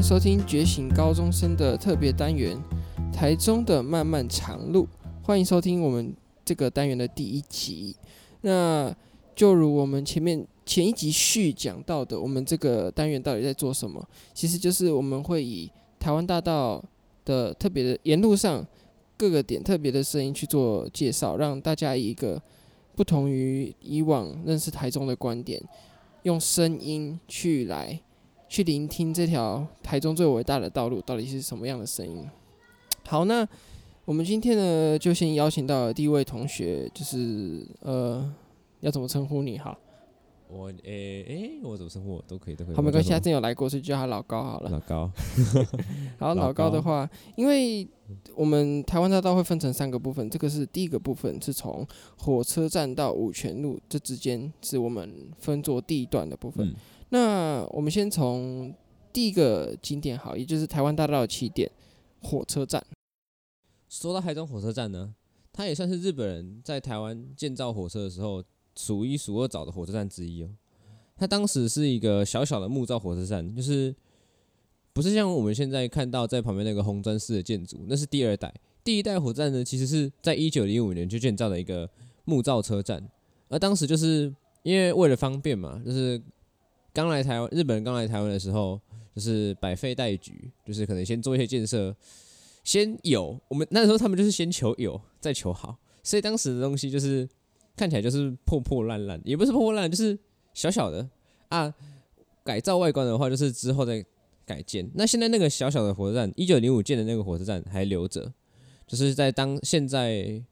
迎收听觉醒高中生的特别单元——台中的漫漫长路。欢迎收听我们这个单元的第一集。那就如我们前一集续讲到的，我们这个单元到底在做什么？其实就是我们会以台湾大道的特别的沿路上各个点特别的声音去做介绍，让大家以一个不同于以往认识台中的观点，用声音去聆听这条台中最伟大的道路到底是什么样的声音。好，那我们今天呢，就先邀请到第一位同学，就是要怎么称呼你？好， 我怎么称呼我都可以。 好，没关系，他之前有来过，所以叫他老高好了。 老高， 好，老高的话，因为我们台湾大道会分成3个部分，这个是第一个部分，是从火车站到五权路这之间是我们分作第一段的部分。那我们先从第一个景点好，也就是台湾大道的起点火车站。 说到台中火车站呢，它也算是日本人在台湾建造火车的时候数一数二早的火车站之一哦。它当时是一个小小的木造火车站，就是不是像我们现在看到在旁边那个红砖式的建筑，那是第2代。第1代火车站呢，其实是在1905年就建造的一个木造车站，而当时就是因为为了方便嘛，就是日本人刚来台湾的时候，就是百废待举，就是可能先做一些建设，先有我们那时候他们就是先求有，再求好，所以当时的东西就是看起来就是破破烂烂，也不是破破烂，就是小小的啊。改造外观的话，就是之后再改建。那现在那个小小的火车站，1905建的那个火车站还留着，就是在现在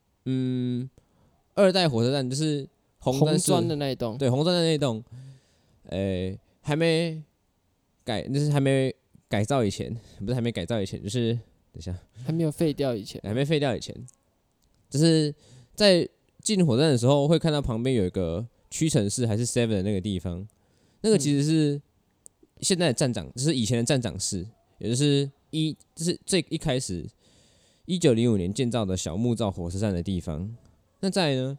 2代火车站就是红砖的那一栋， 对，红砖的那一栋。还没就是还没改造以前，不是还没改造以前，就是等一下， 还没有废掉以前， 就是在进火车站的时候会看到旁边有一个屈臣氏还是 Seven 的那个地方，那个其实是现在的站长，就是以前的站长室，也就是最一开始1905年建造的小木造火车站的地方。那再来呢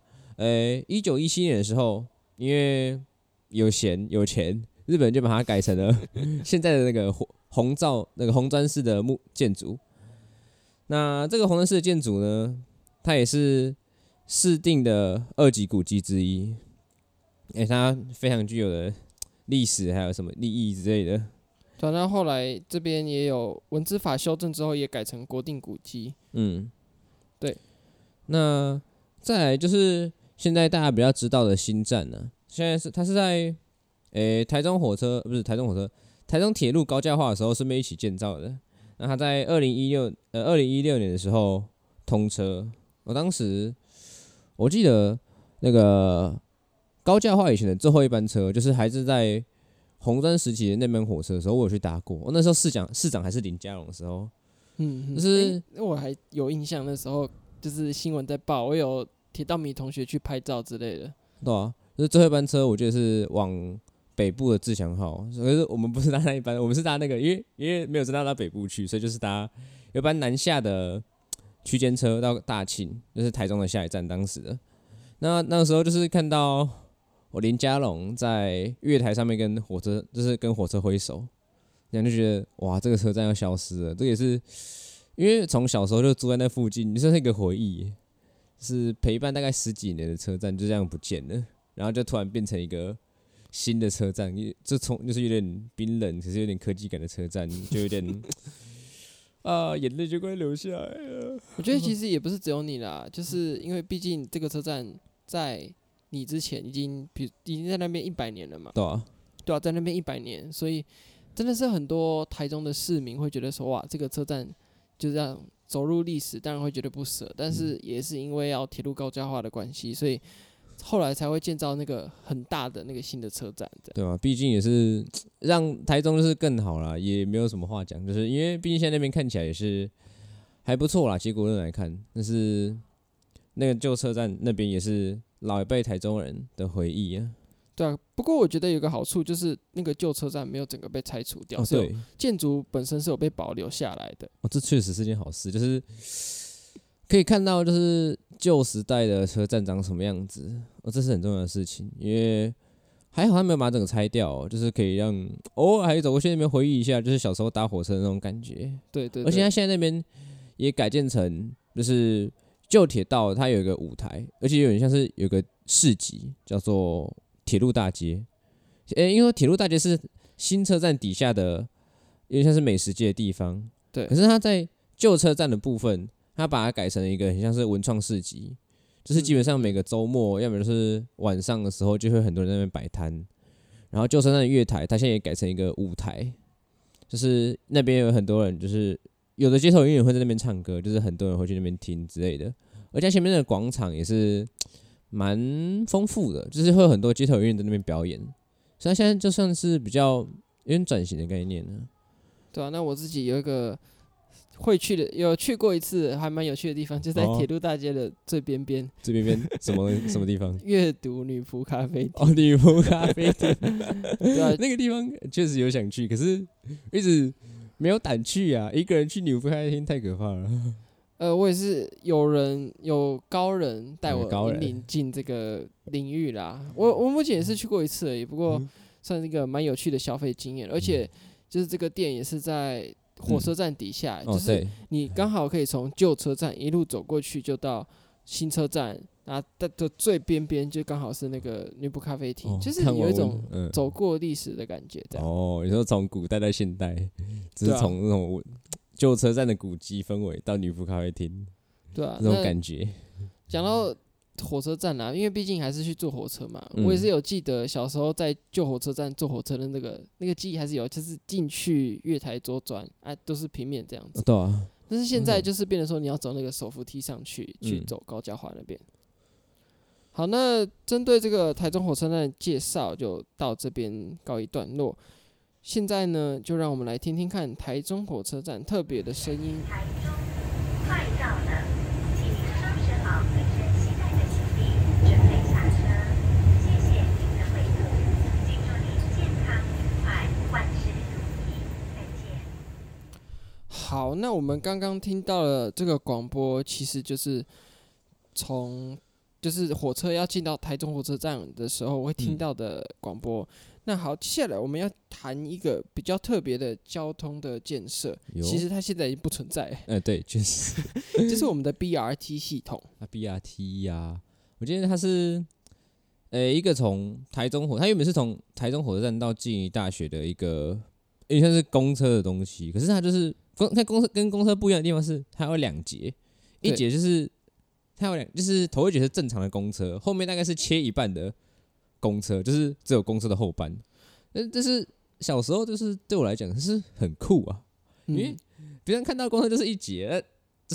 ，1917年的时候，因为有钱，日本人就把它改成了现在的那个红砖式的木建筑。那这个红砖式的建筑呢，它也是市定的2级古迹之一。它非常具有的历史，还有什么利益之类的。 对，那后来这边也有文资法修正之后，也改成国定古迹。对。 那再来就是现在大家比较知道的新站呢，现在它是在台中铁路高架化的时候顺便一起建造的。那它在2016年的时候通车。当时我记得那个高架化以前的最后一班车，就是还是在红砖时期的那班火车的时候，我有去搭过。那时候市长还是林佳龙的时候，就是我还有印象，那时候就是新闻在报，我有铁道迷同学去拍照之类的。 对啊，就是最后一班车，我记得是往北部的自强号，可是我们不是搭那一班，我们是搭那个，因为没有真到北部去，所以就是搭有班南下的区间车到大庆，就是台中的下一站。当时的那个时候就是看到林佳龙在月台上面跟火车挥手，这样就觉得哇，这个车站要消失了。这也是因为从小时候就住在那附近，就是一个回忆，是陪伴大概10几年的车站就这样不见了，然后就突然变成一个新的车站，就是有点冰冷，可是有点科技感的车站，就有点眼泪就快流下来了。 我觉得其实也不是只有你啦，就是因为毕竟这个车站在你之前已经在那边100年了嘛。 对啊， 在那边100年，所以真的是很多台中的市民会觉得说，哇，这个车站就这样走入历史，当然会觉得不舍，但是也是因为要铁路高架化的关系，所以后来才会建造那个很大的那个新的车站。 对啊，毕竟也是让台中就是更好啦，也没有什么话讲，就是因为毕竟现在那边看起来也是还不错啦，结果论来看，但是那个旧车站那边也是老一辈台中人的回忆啊。 对啊，不过我觉得有个好处就是那个旧车站没有整个被拆除掉， 对， 建筑本身是有被保留下来的。 这确实是件好事，就是可以看到就是旧时代的车站长什么样子，这是很重要的事情。因为还好他没有把整个拆掉，就是可以让偶尔还走过去那边回忆一下，就是小时候搭火车的那种感觉。 对对， 而且他现在那边也改建成就是旧铁道，它有一个舞台，而且有点像是有一个市集，叫做铁路大街。因为铁路大街是新车站底下的，有点像是美食街的地方。 对， 可是它在旧车站的部分，它把它改成了一个很像是文创市集，就是基本上每个周末，要么就是晚上的时候，就会很多人在那边摆摊。然后旧车站的月台，它现在也改成一个舞台，就是那边有很多人，就是有的街头音乐会在那边唱歌，就是很多人会去那边听之类的。而且前面的广场也是蛮丰富的，就是会有很多街头音乐在那边表演。所以它现在就算是比较有点转型的概念了。 对啊，那我自己有一个会去的，有去过一次，还蛮有趣的地方，就在铁路大街的最边边。 这边什么地方？ 阅读女仆咖啡厅。 哦，女仆咖啡厅。 对啊， 那个地方确实有想去，可是一直没有胆去啊。一个人去女仆咖啡厅太可怕了。 我也是有高人带我引领进这个领域啦。我目前也是去过一次而已，不过算是一个蛮有趣的消费经验，而且就是这个店也是在火车站底下，就是你刚好可以从旧车站一路走过去，就到新车站，然后的最边边就刚好是那个女仆咖啡厅，就是有一种走过历史的感觉。 哦，你说从古代到现代，只是从那种旧车站的古迹氛围到女仆咖啡厅， 对啊， 那种感觉。 讲到火车站啊，因为毕竟还是去坐火车嘛，我也是有记得小时候在旧火车站坐火车的那个记忆还是有，就是进去月台左转，都是平面这样子。 对啊。 但是现在就是变成说你要走那个手扶梯上去，去走高架化那边。好，那针对这个台中火车站的介绍就到这边告一段落。现在呢，就让我们来听听看台中火车站特别的声音。 台中快到了，请您收拾好随身携带的行李，准备下车。谢谢您的惠顾，请祝您健康愉快，万事如意，再见。 好，那我们刚刚听到了这个广播，其实就是就是火车要进到台中火车站的时候会听到的广播。那好，接下来我们要谈一个比较特别的交通的建设，其实它现在已经不存在。 对，确实， 就是我们的 BRT 系统。 BRT 呀，我记得它是，一个从台中它原本是从台中火车站到静宜大学的一个，有点像是公车的东西，可是它就是公车跟公车不一样的地方是，它有两节，一节就是它有就是头一节是正常的公车，后面大概是切一半的公车，就是只有公车的后半。这是小时候就是对我来讲是很酷啊，因为别人看到公车就是一节，就是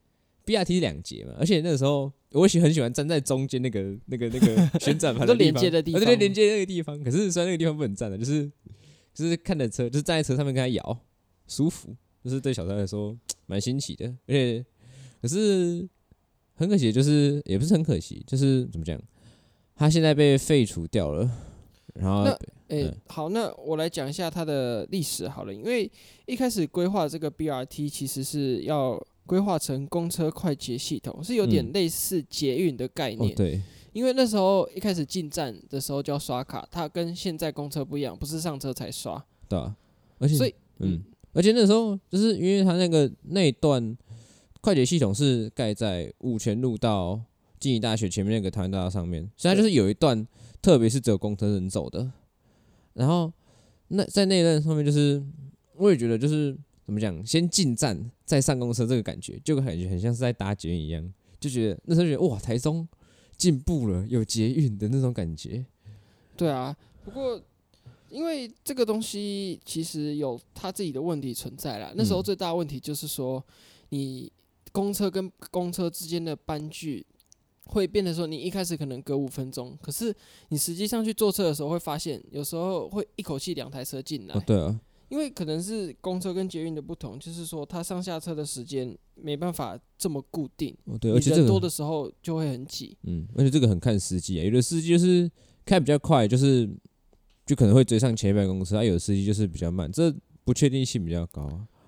BRT 是两节嘛，而且那个时候我很喜欢站在中间那个旋转盘的地方， 连接的地方， 对，连接那个地方。可是虽然那个地方不能站的，就是看着车，就是站在车上面跟他摇，舒服，就是对小孩来说蛮新奇的。而且可是很可惜，就是也不是很可惜，就是怎么讲，它现在被废除掉了。然后好，那我来讲一下它的历史好了，因为一开始规划这个 BRT 其实是要规划成公车快捷系统，是有点类似捷运的概念。 对， 因为那时候一开始进站的时候就要刷卡，它跟现在公车不一样，不是上车才刷。 对啊，而且所以而且那时候就是因为它那一段快捷系统是盖在五权路到静宜大学前面那个台湾大道上面，所以它就是有一段特别是只有公车能走的。然后在那一段上面，就是我也觉得就是怎么讲，先进站再上公车这个感觉，就感觉很像是在搭捷运一样，就觉得那时候觉得哇，台中进步了，有捷运的那种感觉。 对啊，不过因为这个东西其实有它自己的问题存在啦。那时候最大的问题就是说，你公车跟公车之间的班距会变得说，你一开始可能隔5分钟，可是你实际上去坐车的时候会发现，有时候会一口气2台车进来。 对啊， 因为可能是公车跟捷运的不同，就是说它上下车的时间没办法这么固定。 对，而且人多的时候就会很挤。 而且这个很看司机啊，有的司机就是开比较快，就可能会追上前一班公车，有的司机就是比较慢，这不确定性比较高啊。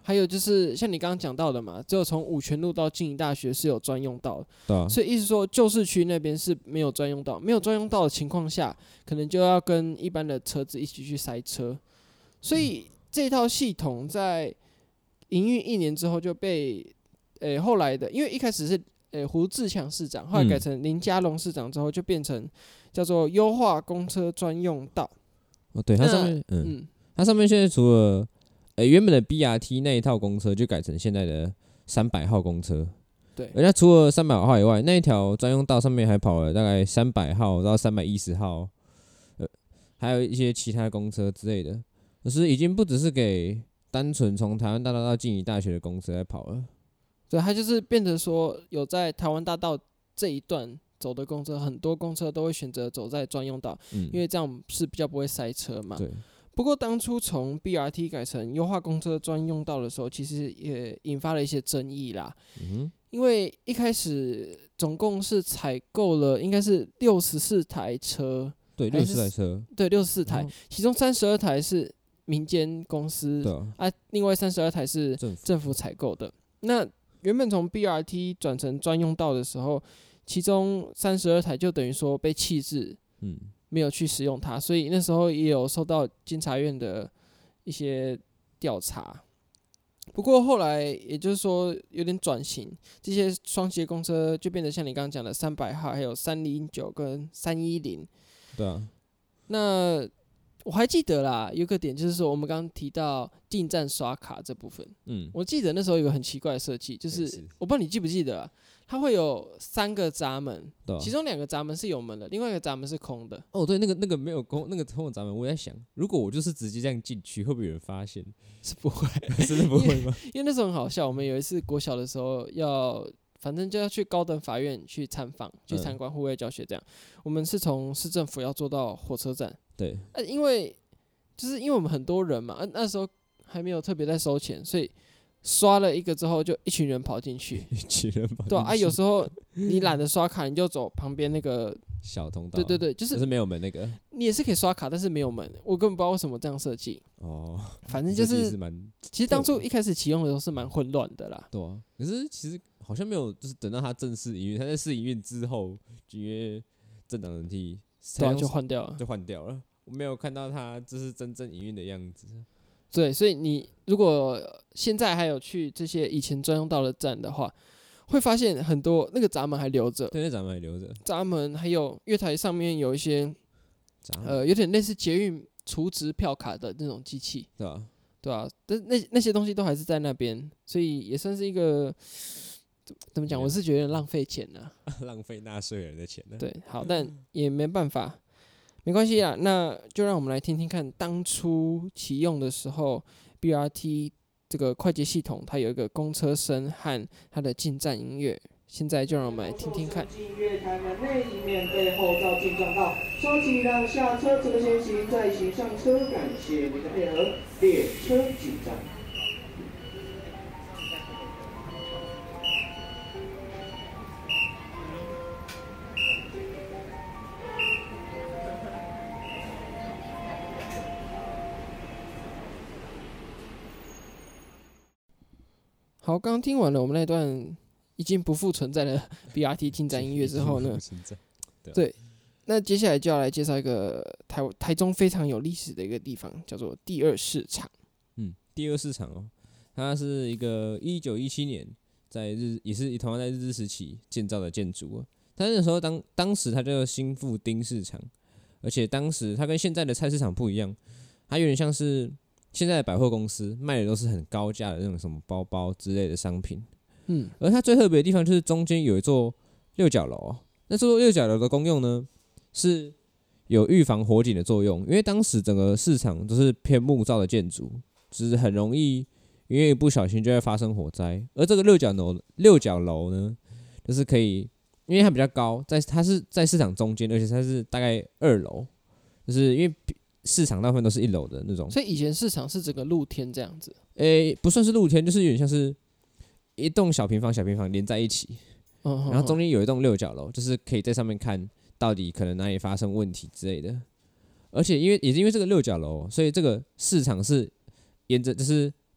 还有就是像你刚刚讲到的嘛，只有从五权路到静宜大学是有专用道的， 对啊， 所以意思说旧市区那边是没有专用道，没有专用道的情况下，可能就要跟一般的车子一起去塞车，所以这套系统在营运1年之后就被后来的，因为一开始是胡志强市长，后来改成林佳龙市长之后，就变成叫做优化公车专用道。 哦，对，它上面它上面现在除了原本的 BRT 那一套公车，就改成现在的300号公车。 对， 人家除了300号以外，那一条专用道上面还跑了大概300号到310号，还有一些其他公车之类的，可是已经不只是给单纯从台湾大道到静宜大学的公车在跑了。 对，它就是变成说有在台湾大道这一段走的公车，很多公车都会选择走在专用道，因为这样是比较不会塞车嘛。 对。 不过当初从 BRT 改成优化公车专用道的时候，其实也引发了一些争议啦。因为一开始总共是采购了应该是64台车， 对，64台车， 对，64台，其中32台是民间公司，另外32台是政府采购的。那原本从 BRT 转成专用道的时候，其中32台就等于说被弃置，没有去使用它，所以那时候也有受到监察院的一些调查。不过后来也就是说有点转型，这些双节公车就变得像你刚刚讲的300号，还有309跟310。 对啊。 那我还记得啦，有个点就是说，我们刚刚提到进站刷卡这部分，我记得那时候有个很奇怪的设计，就是我不知道你记不记得啊，它会有3个闸门，其中2个闸门是有门的，另外一个闸门是空的。 哦，对，那个没有空，那个空的闸门，我在想，如果我就是直接这样进去，会不会有人发现？ 是不会， 真的不会吗？ 因为那时候很好笑，我们有一次国小的时候反正就要去高等法院去参访，去参观户外教学这样。我们是从市政府要坐到火车站， 对， 因为我们很多人嘛，那时候还没有特别在收钱，所以刷了一个之后，就一群人跑进去， 一群人跑进去。 对啊，有时候你懒得刷卡，你就走旁边那个小通道。 对，就是没有门那个。 你也是可以刷卡，但是没有门，我根本不知道为什么这样设计。 哦， 反正就是，其实当初一开始启用的时候是蛮混乱的啦。 对啊，可是其实好像没有，就是等到它正式营运，它在试营运之后，就因为政党轮替， 对，就换掉了。我没有看到它就是真正营运的样子。 对，所以你如果现在还有去这些以前专用道的站的话，会发现很多那个闸门还留着。 对，那闸门还留着。 闸门还有月台上面有一些，有点类似捷运储值票卡的那种机器。 对啊， 对啊，但那些东西都还是在那边，所以也算是一个怎么讲？我是觉得浪费钱啊， 浪费纳税人的钱呢。 对，好，但也没办法。没关系啦，那就让我们来听听看当初启用的时候 ，BRT 这个快捷系统它有一个公车声和它的进站音乐。现在就让我们来听听看。 进月台门内，以免被后照镜撞到。稍请让下车者先行，再行上车。感谢您的配合。列车进站。 好，刚刚听完了我们那段已经不复存在的 BRT 进站音乐之后呢，对，那接下来就要来介绍一个台中非常有历史的一个地方，叫做第二市场。 第二市场哦，它是一个1917年也是同样在日治时期建造的建筑。它那时候当时它叫新富町市场，而且当时它跟现在的菜市场不一样，它有点像是现在的百货公司卖的都是很高价的那种什么包包之类的商品。而它最特别的地方就是中间有一座六角楼。那这座六角楼的功用呢，是有预防火警的作用，因为当时整个市场都是偏木造的建筑，就是很容易因为一不小心就会发生火灾。而这个六角楼呢，就是可以，因为它比较高，它是在市场中间，而且它是大概2楼，就是因为市场大部分都是1楼的那种。 所以以前市场是整个露天这样子？ 不算是露天，就是有点像是一栋小平房连在一起，然后中间有一栋六角楼，就是可以在上面看到底可能哪里发生问题之类的。而且也是因为这个六角楼，所以这个市场是沿着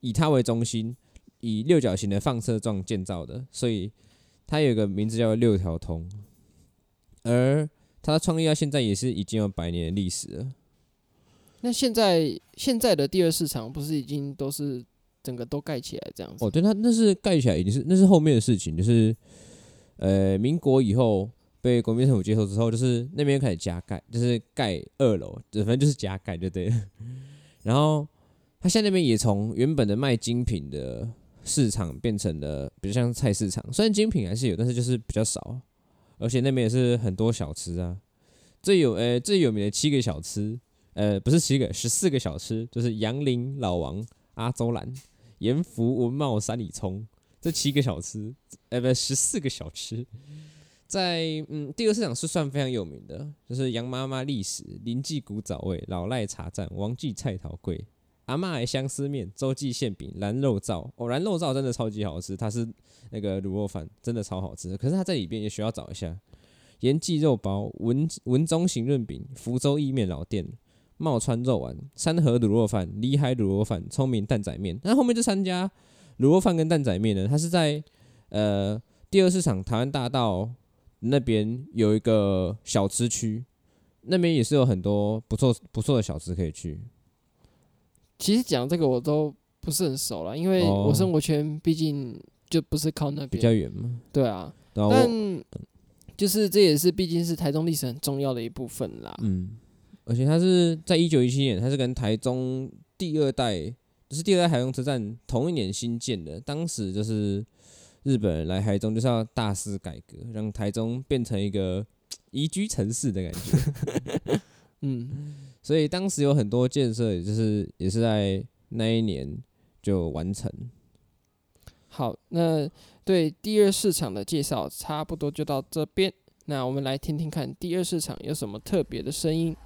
以它为中心，以六角形的放射状建造的，所以它有一个名字叫六条通。而它创立到现在也是已经有100年的历史了。 那现在的第二市场不是已经都是整个都盖起来这样子？ 哦，对，它那是盖起来，已经是那是后面的事情，就是民国以后被国民政府接收之后，就是那边开始加盖，就是盖2楼，反正就是加盖就对了。然后它现在那边也从原本的卖精品的市场变成了比较像菜市场，虽然精品还是有，但是就是比较少，而且那边也是很多小吃啊。最有名的7个小吃，不是7个，14个小吃，就是杨林、老王、阿周兰、盐福、文茂、三里葱这7个小吃，不14个小吃。在第二市场是算非常有名的，就是杨妈妈历史、林记古早味、老赖茶站、王记菜头粿、阿嬷的相思面、周记馅饼、蓝肉燥。哦，蓝肉燥真的超级好吃，它是那个卤肉饭，真的超好吃。可是它在里边也需要找一下。盐记肉包、文中行润饼、福州意面老店、茂川肉丸、三河卤肉饭、里海卤肉饭、聪明蛋仔面。那后面这3家卤肉饭跟蛋仔面呢，它是在第二市场台湾大道那边有一个小吃区，那边也是有很多不错的小吃可以去。 其实讲这个我都不是很熟了，因为我生活圈毕竟就不是靠那边， 比较远嘛。 对啊，但就是这也是毕竟是台中历史很重要的一部分啦。 而且它是在1917年，它是跟台中第二代台中车站同一年新建的。当时就是日本人来台中就是要大肆改革，让台中变成一个宜居城市的感觉。所以当时有很多建设，也是在那一年就完成。 好，那对第二市场的介绍差不多就到这边。那我们来听听看第二市场有什么特别的声音。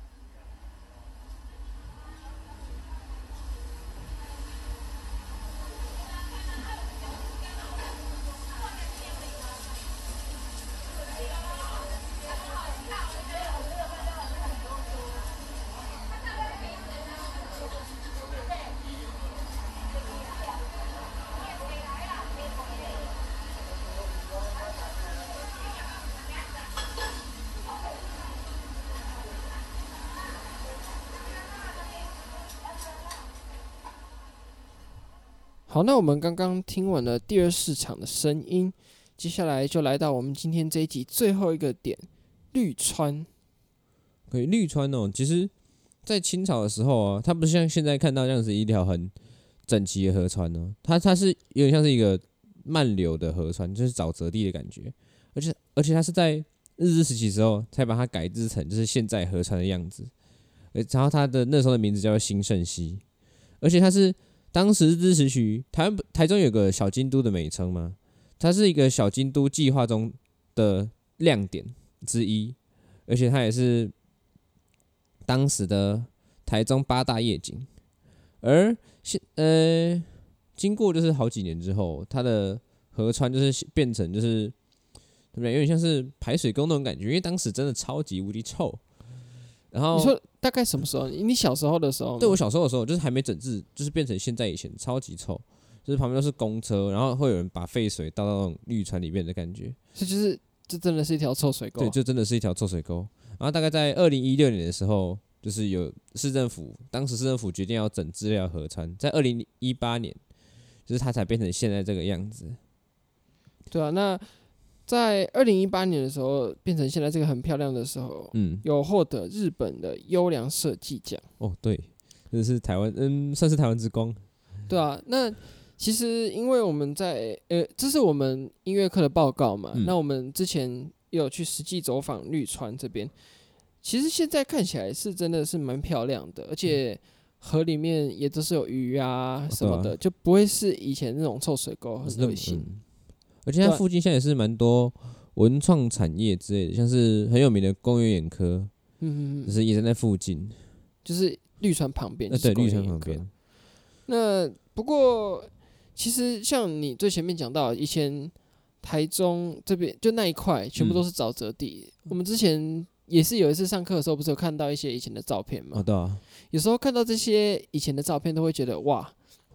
好，那我们刚刚听完了第二市场的声音，接下来就来到我们今天这一集最后一个点——绿川。 可以，绿川哦，其实在清朝的时候啊，它不是像现在看到这样子一条很整齐的河川哦，它是有点像是一个慢流的河川，就是沼泽地的感觉，而且它是在日治时期的时候才把它改制成就是现在河川的样子，然后它的那时候的名字叫做兴盛溪，而且它是当时日治时期台中有个小京都的美称嘛，它是一个小京都计划中的亮点之一，而且它也是当时的台中8大夜景。而经过就是好几年之后，它的河川就是变成就是对不对，有点像是排水沟那种感觉，因为当时真的超级无敌臭。然后你说大概什么时候？你小时候的时候吗？ 对，我小时候的时候就是还没整治，就是变成现在以前超级臭，就是旁边都是公车，然后会有人把废水倒到那种绿川里面的感觉。 这真的是一条臭水沟。 对，就真的是一条臭水沟。然后大概在2016年的时候，就是有当时市政府决定要整治这条河川，在2018年，就是它才变成现在这个样子。 对啊，那在2018年的时候变成现在这个很漂亮的时候，有获得日本的优良设计奖。 哦，对，这是台湾，算是台湾之光。 对啊，那其实因为我们在这是我们音乐课的报告嘛，那我们之前也有去实际走访绿川这边，其实现在看起来是真的是蛮漂亮的，而且河里面也都是有鱼啊什么的，就不会是以前那种臭水沟很恶心。 而且它附近现在也是蛮多文创产业之类的，像是很有名的工业眼科，就是也在附近， 就是绿川旁边。 对，绿川旁边。 那不过其实像你最前面讲到，以前台中这边就那一块全部都是沼泽地。我们之前也是有一次上课的时候，不是有看到一些以前的照片吗？ 对啊。 有时候看到这些以前的照片，都会觉得哇，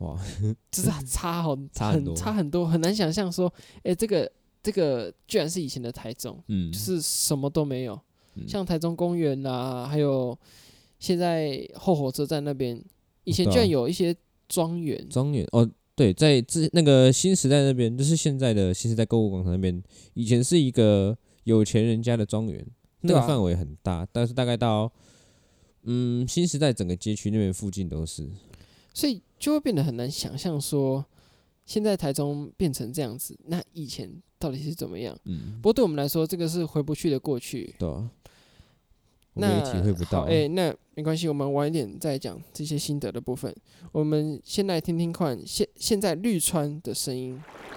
哇， 就是差很多， 差很多，很难想象说，这个居然是以前的台中，就是什么都没有，像台中公园啦，还有现在后火车站那边，以前居然有一些庄园哦，对，在那个新时代那边，就是现在的新时代购物广场那边，以前是一个有钱人家的庄园，那个范围很大，但是大概到新时代整个街区那边附近都是， 所以就会变得很难想象说，现在台中变成这样子，那以前到底是怎么样？不过对我们来说，这个是回不去的过去。 对啊，我们也体会不到。 那没关系，我们晚一点再讲这些心得的部分。我们先来听听看现在绿川的声音。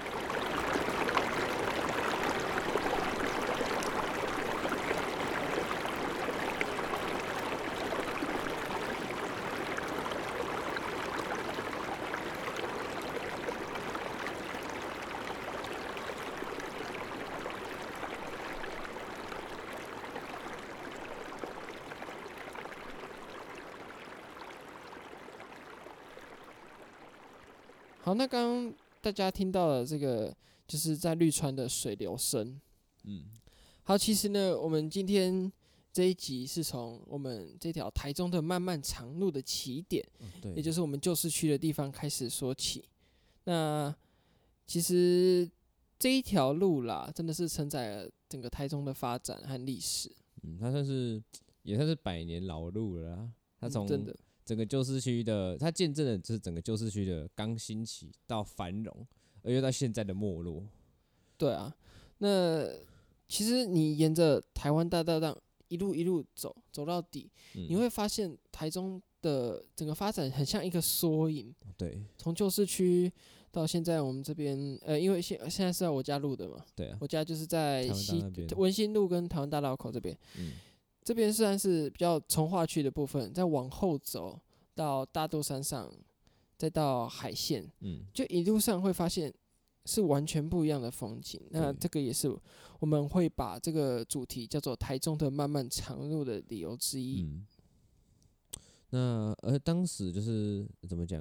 好，那刚刚大家听到了这个，就是在绿川的水流声。好，其实呢，我们今天这一集是从我们这条台中的漫漫长路的起点，也就是我们旧市区的地方开始说起。那其实这一条路啦，真的是承载了整个台中的发展和历史。 它也算是100年老路了啦。它从真的整个旧市区的，它见证了就是整个旧市区的刚兴起到繁荣，而又到现在的没落。 对啊，那其实你沿着台湾大道上一路走到底，你会发现台中的整个发展很像一个缩影。 对， 从旧市区到现在我们这边，因为现在是在我家录的嘛， 对啊， 我家就是在文心路跟台湾大道口这边。这边虽然是比较从化区的部分，再往后走到大肚山上，再到海线，就一路上会发现是完全不一样的风景。那这个也是我们会把这个主题叫做台中的漫漫长路的理由之一。 那当时就是怎么讲？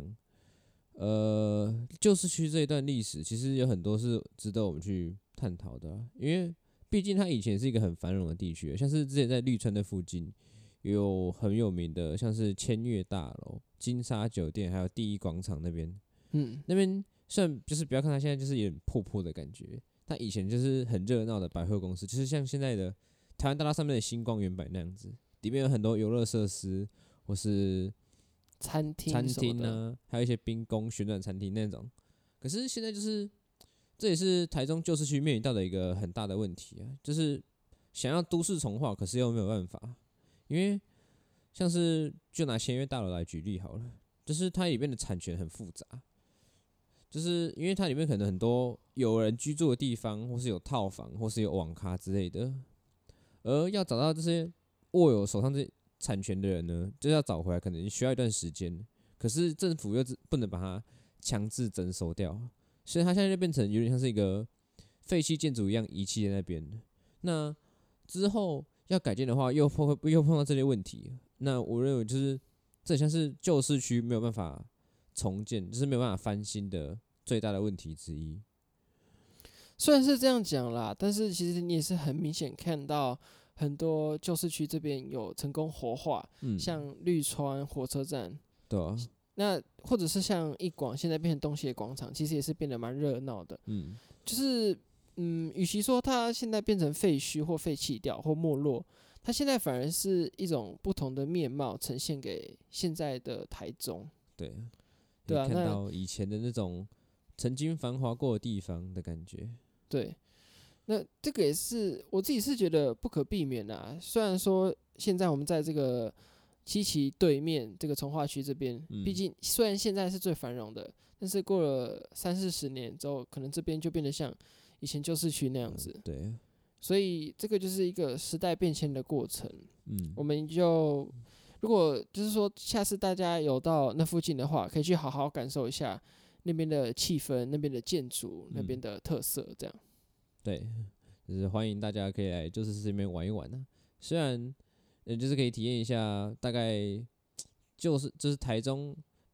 旧市区这一段历史，其实有很多是值得我们去探讨的因为毕竟它以前是一个很繁荣的地区，像是之前在绿川的附近有很有名的，像是千悦大楼、金沙酒店，还有第一广场那边。那边虽然就是不要看它现在就是有点破破的感觉，它以前就是很热闹的百货公司，就是像现在的台湾大道上面的星光原百那样子，里面有很多游乐设施或是餐厅啊，还有一些冰宫、旋转餐厅那种。可是现在就是这也是台中旧市区面临到的一个很大的问题就是想要都市重化，可是又没有办法，因为像是就拿千悦大楼来举例好了，就是它里面的产权很复杂，就是因为它里面可能很多有人居住的地方，或是有套房，或是有网咖之类的，而要找到这些握有手上这些产权的人呢，就要找回来，可能需要一段时间。可是政府又不能把它强制征收掉，所以它现在就变成有点像是一个废弃建筑一样遗弃在那边。那之后要改建的话，又碰到这些问题。那我认为就是这像是旧市区没有办法重建，就是没有办法翻新的最大的问题之一。 虽然是这样讲啦，但是其实你也是很明显看到很多旧市区这边有成功活化，像绿川火车站， 对啊， 那或者是像一广现在变成东协广场，其实也是变得蛮热闹的。就是与其说它现在变成废墟或废弃掉或没落，它现在反而是一种不同的面貌呈现给现在的台中。 对啊， 看到以前的那种曾经繁华过的地方的感觉。 对，那这个也是我自己是觉得不可避免啦。虽然说现在我们在这个七期对面这个从化区这边，毕竟虽然现在是最繁荣的，但是过了30-40年之后，可能这边就变得像以前旧市区那样子。 对， 所以这个就是一个时代变迁的过程。我们就如果就是说下次大家有到那附近的话，可以去好好感受一下那边的气氛、那边的建筑、那边的特色，这样。 对，就是欢迎大家可以来就是这边玩一玩虽然就是可以体验一下大概就是台中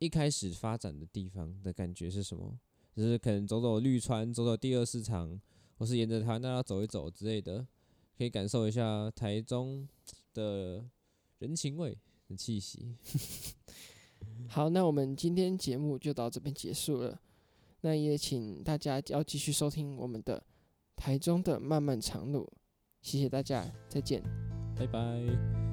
一开始发展的地方的感觉是什么？就是可能走走绿川，走走第二市场，或是沿着台湾大道走一走之类的，可以感受一下台中的人情味的气息。 好，那我们今天节目就到这边结束了。那也请大家要继续收听我们的台中的漫漫长路，谢谢大家，再见。 拜拜。